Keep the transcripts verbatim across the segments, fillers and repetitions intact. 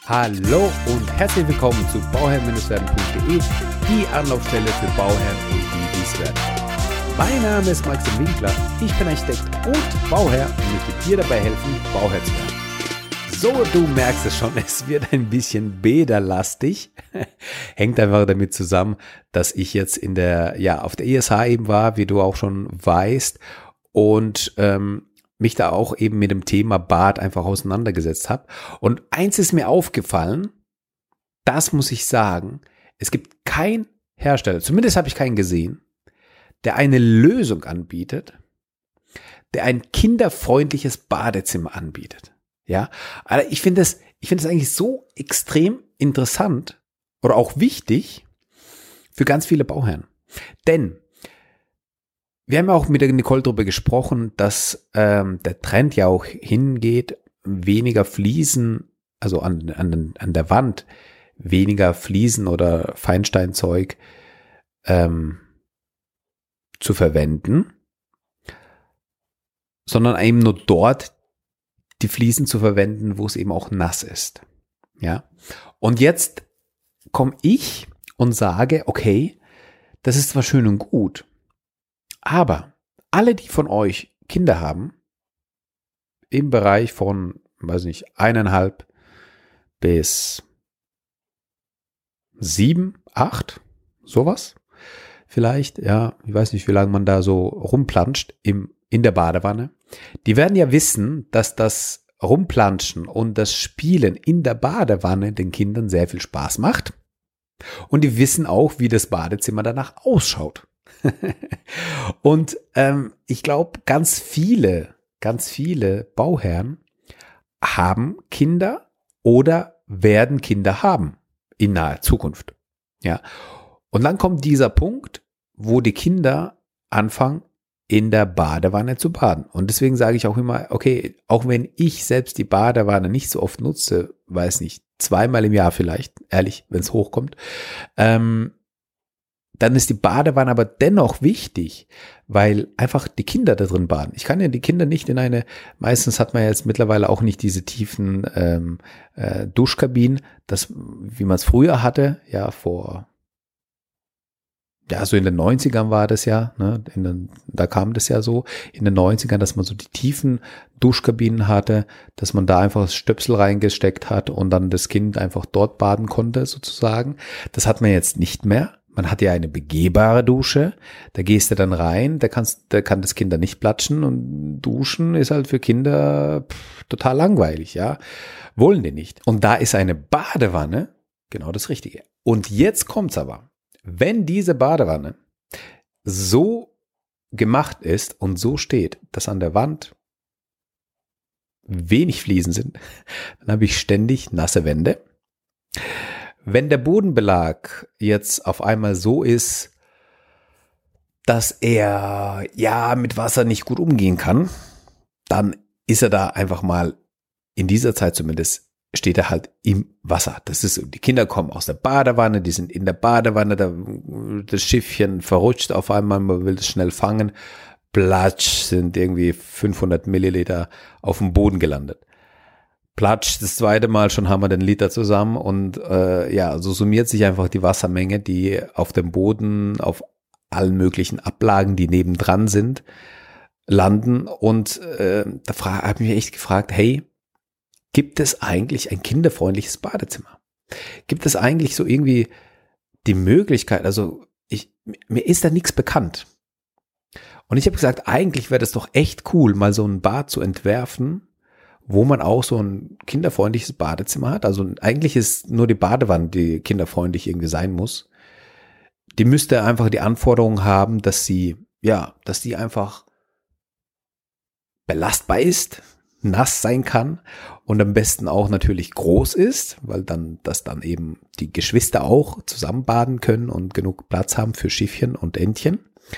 Hallo und herzlich willkommen zu bauherr-werden punkt de, die Anlaufstelle für Bauherren und die dies werden. Mein Name ist Maxim Winkler, ich bin Architekt und Bauherr und möchte dir dabei helfen, Bauherr zu werden. So, du merkst es schon, es wird ein bisschen bäderlastig. Hängt einfach damit zusammen, dass ich jetzt in der, ja, auf der I S H eben war, wie du auch schon weißt, und ähm, mich da auch eben mit dem Thema Bad einfach auseinandergesetzt habe. Und eins ist mir aufgefallen, das muss ich sagen, es gibt keinen Hersteller, zumindest habe ich keinen gesehen, der eine Lösung anbietet, der ein kinderfreundliches Badezimmer anbietet. Ja, also ich finde das, ich finde das eigentlich so extrem interessant oder auch wichtig für ganz viele Bauherren. Denn wir haben ja auch mit der Nicole darüber gesprochen, dass ähm, der Trend ja auch hingeht, weniger Fliesen, also an, an, an der Wand, weniger Fliesen oder Feinsteinzeug ähm, zu verwenden, sondern eben nur dort die Fliesen zu verwenden, wo es eben auch nass ist. Ja. Und jetzt komme ich und sage, okay, das ist zwar schön und gut, aber alle, die von euch Kinder haben, im Bereich von, weiß nicht, eineinhalb bis sieben, acht, sowas vielleicht, ja, ich weiß nicht, wie lange man da so rumplanscht im, in der Badewanne, die werden ja wissen, dass das Rumplanschen und das Spielen in der Badewanne den Kindern sehr viel Spaß macht. Und die wissen auch, wie das Badezimmer danach ausschaut. Und ähm, ich glaube, ganz viele, ganz viele Bauherren haben Kinder oder werden Kinder haben in naher Zukunft. Ja. Und dann kommt dieser Punkt, wo die Kinder anfangen, in der Badewanne zu baden. Und deswegen sage ich auch immer, okay, auch wenn ich selbst die Badewanne nicht so oft nutze, weiß nicht, zweimal im Jahr vielleicht, ehrlich, wenn es hochkommt, ähm, dann ist die Badewanne aber dennoch wichtig, weil einfach die Kinder da drin baden. Ich kann ja die Kinder nicht in eine, meistens hat man ja jetzt mittlerweile auch nicht diese tiefen ähm, äh, Duschkabinen, das, wie man es früher hatte, ja, vor, ja, so in den neunzigern war das ja, ne, in den, da kam das ja so, in den neunzigern, dass man so die tiefen Duschkabinen hatte, dass man da einfach das Stöpsel reingesteckt hat und dann das Kind einfach dort baden konnte, sozusagen. Das hat man jetzt nicht mehr. Man hat ja eine begehbare Dusche, da gehst du dann rein, da, kannst, da kann das Kind dann nicht platschen und duschen ist halt für Kinder pff, total langweilig, ja, wollen die nicht. Und da ist eine Badewanne genau das Richtige. Und jetzt kommt's aber, wenn diese Badewanne so gemacht ist und so steht, dass an der Wand wenig Fliesen sind, dann habe ich ständig nasse Wände. Wenn der Bodenbelag jetzt auf einmal so ist, dass er ja mit Wasser nicht gut umgehen kann, dann ist er da einfach mal, in dieser Zeit zumindest, steht er halt im Wasser. Das ist, die Kinder kommen aus der Badewanne, die sind in der Badewanne, da, das Schiffchen verrutscht auf einmal, man will es schnell fangen, platsch, sind irgendwie fünfhundert Milliliter auf dem Boden gelandet. Platsch, das zweite Mal schon haben wir den Liter zusammen und äh, ja, so summiert sich einfach die Wassermenge, die auf dem Boden, auf allen möglichen Ablagen, die nebendran sind, landen. Und äh, da habe ich mich echt gefragt, hey, gibt es eigentlich ein kinderfreundliches Badezimmer? Gibt es eigentlich so irgendwie die Möglichkeit, also ich, mir ist da nichts bekannt. Und ich habe gesagt, eigentlich wäre das doch echt cool, mal so ein Bad zu entwerfen, wo man auch so ein kinderfreundliches Badezimmer hat. Also eigentlich ist nur die Badewanne, die kinderfreundlich irgendwie sein muss. Die müsste einfach die Anforderung haben, dass sie, ja, dass die einfach belastbar ist, nass sein kann und am besten auch natürlich groß ist, weil dann, dass dann eben die Geschwister auch zusammen baden können und genug Platz haben für Schiffchen und Entchen.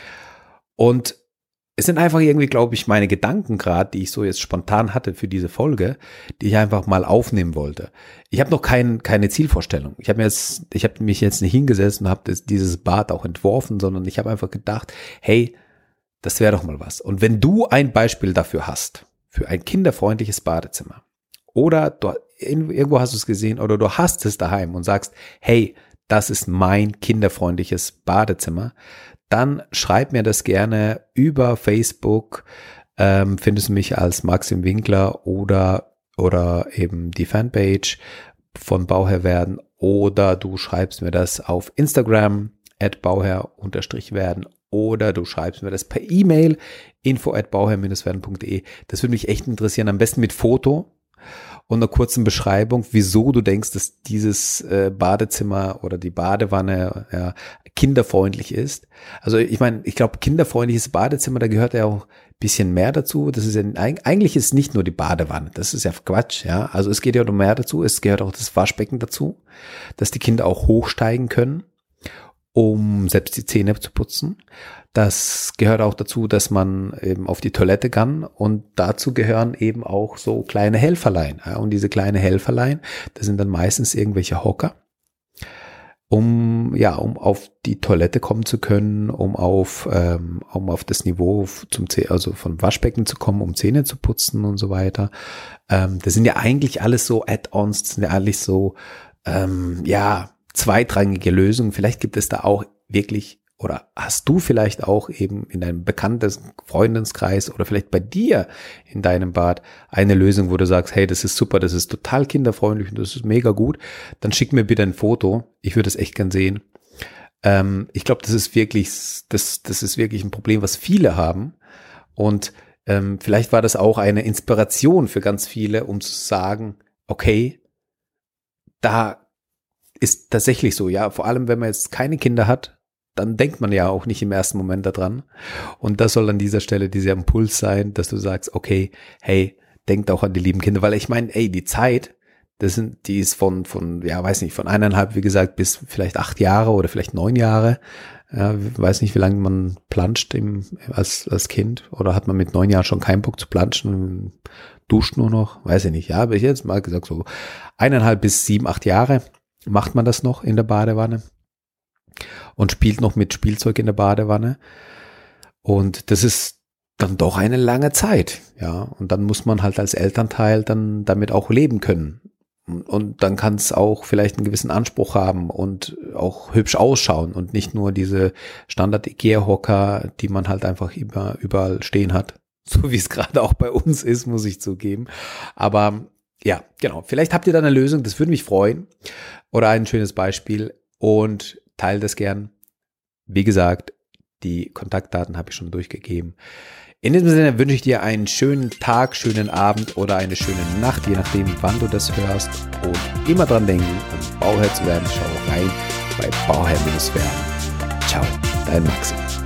Und es sind einfach irgendwie, glaube ich, meine Gedanken gerade, die ich so jetzt spontan hatte für diese Folge, die ich einfach mal aufnehmen wollte. Ich habe noch kein, keine Zielvorstellung. Ich habe mir jetzt, ich habe mich jetzt nicht hingesetzt und habe dieses Bad auch entworfen, sondern ich habe einfach gedacht, hey, das wäre doch mal was. Und wenn du ein Beispiel dafür hast, für ein kinderfreundliches Badezimmer, oder du, irgendwo hast du es gesehen oder du hast es daheim und sagst, hey, das ist mein kinderfreundliches Badezimmer, dann schreib mir das gerne über Facebook, ähm, findest du mich als Maxim Winkler oder, oder eben die Fanpage von Bauherr werden oder du schreibst mir das auf Instagram at bauherr-werden oder du schreibst mir das per E-Mail info at bauherr-werden punkt de. Das würde mich echt interessieren, am besten mit Foto und einer kurzen Beschreibung, wieso du denkst, dass dieses äh, Badezimmer oder die Badewanne ja, kinderfreundlich ist. Also ich meine, ich glaube, kinderfreundliches Badezimmer, da gehört ja auch ein bisschen mehr dazu. Das ist ja, eigentlich ist nicht nur die Badewanne, das ist ja Quatsch, ja. Also es geht ja noch mehr dazu, es gehört auch das Waschbecken dazu, dass die Kinder auch hochsteigen können, um selbst die Zähne zu putzen. Das gehört auch dazu, dass man eben auf die Toilette kann und dazu gehören eben auch so kleine Helferlein. Ja, und diese kleine Helferlein, das sind dann meistens irgendwelche Hocker, um ja, um auf die Toilette kommen zu können, um auf ähm, um auf das Niveau zum Zäh- also vom Waschbecken zu kommen, um Zähne zu putzen und so weiter. Ähm, das sind ja eigentlich alles so Add-ons, das sind ja eigentlich so ähm, ja zweitrangige Lösungen. Vielleicht gibt es da auch wirklich, oder hast du vielleicht auch eben in deinem bekannten Freundeskreis oder vielleicht bei dir in deinem Bad eine Lösung, wo du sagst, hey, das ist super, das ist total kinderfreundlich und das ist mega gut, dann schick mir bitte ein Foto. Ich würde es echt gern sehen. Ähm, ich glaube, das ist wirklich, das, das ist wirklich ein Problem, was viele haben. Und ähm, vielleicht war das auch eine Inspiration für ganz viele, um zu sagen, okay, da ist tatsächlich so, ja, vor allem wenn man jetzt keine Kinder hat, dann denkt man ja auch nicht im ersten Moment daran. Und das soll an dieser Stelle dieser Impuls sein, dass du sagst, okay, hey, denkt auch an die lieben Kinder, weil ich meine, ey, die Zeit, das sind, die ist von, von, ja, weiß nicht, von eineinhalb, wie gesagt, bis vielleicht acht Jahre oder vielleicht neun Jahre. Ja, weiß nicht, wie lange man planscht im, als, als Kind, oder hat man mit neun Jahren schon keinen Bock zu planschen, duscht nur noch, weiß ich nicht. Ja, habe ich jetzt mal gesagt, so eineinhalb bis sieben, acht Jahre macht man das noch in der Badewanne und spielt noch mit Spielzeug in der Badewanne. Und das ist dann doch eine lange Zeit, ja. Und dann muss man halt als Elternteil dann damit auch leben können. Und dann kann es auch vielleicht einen gewissen Anspruch haben und auch hübsch ausschauen und nicht nur diese Standard-Ikea-Hocker, die man halt einfach immer überall stehen hat. So wie es gerade auch bei uns ist, muss ich zugeben. Aber ja, genau. Vielleicht habt ihr da eine Lösung, das würde mich freuen. Oder ein schönes Beispiel und teilt das gern. Wie gesagt, die Kontaktdaten habe ich schon durchgegeben. In diesem Sinne wünsche ich dir einen schönen Tag, schönen Abend oder eine schöne Nacht, je nachdem, wann du das hörst. Und immer dran denken, um Bauherr zu werden, schau rein bei Bauherr-werden. Ciao, dein Maxim.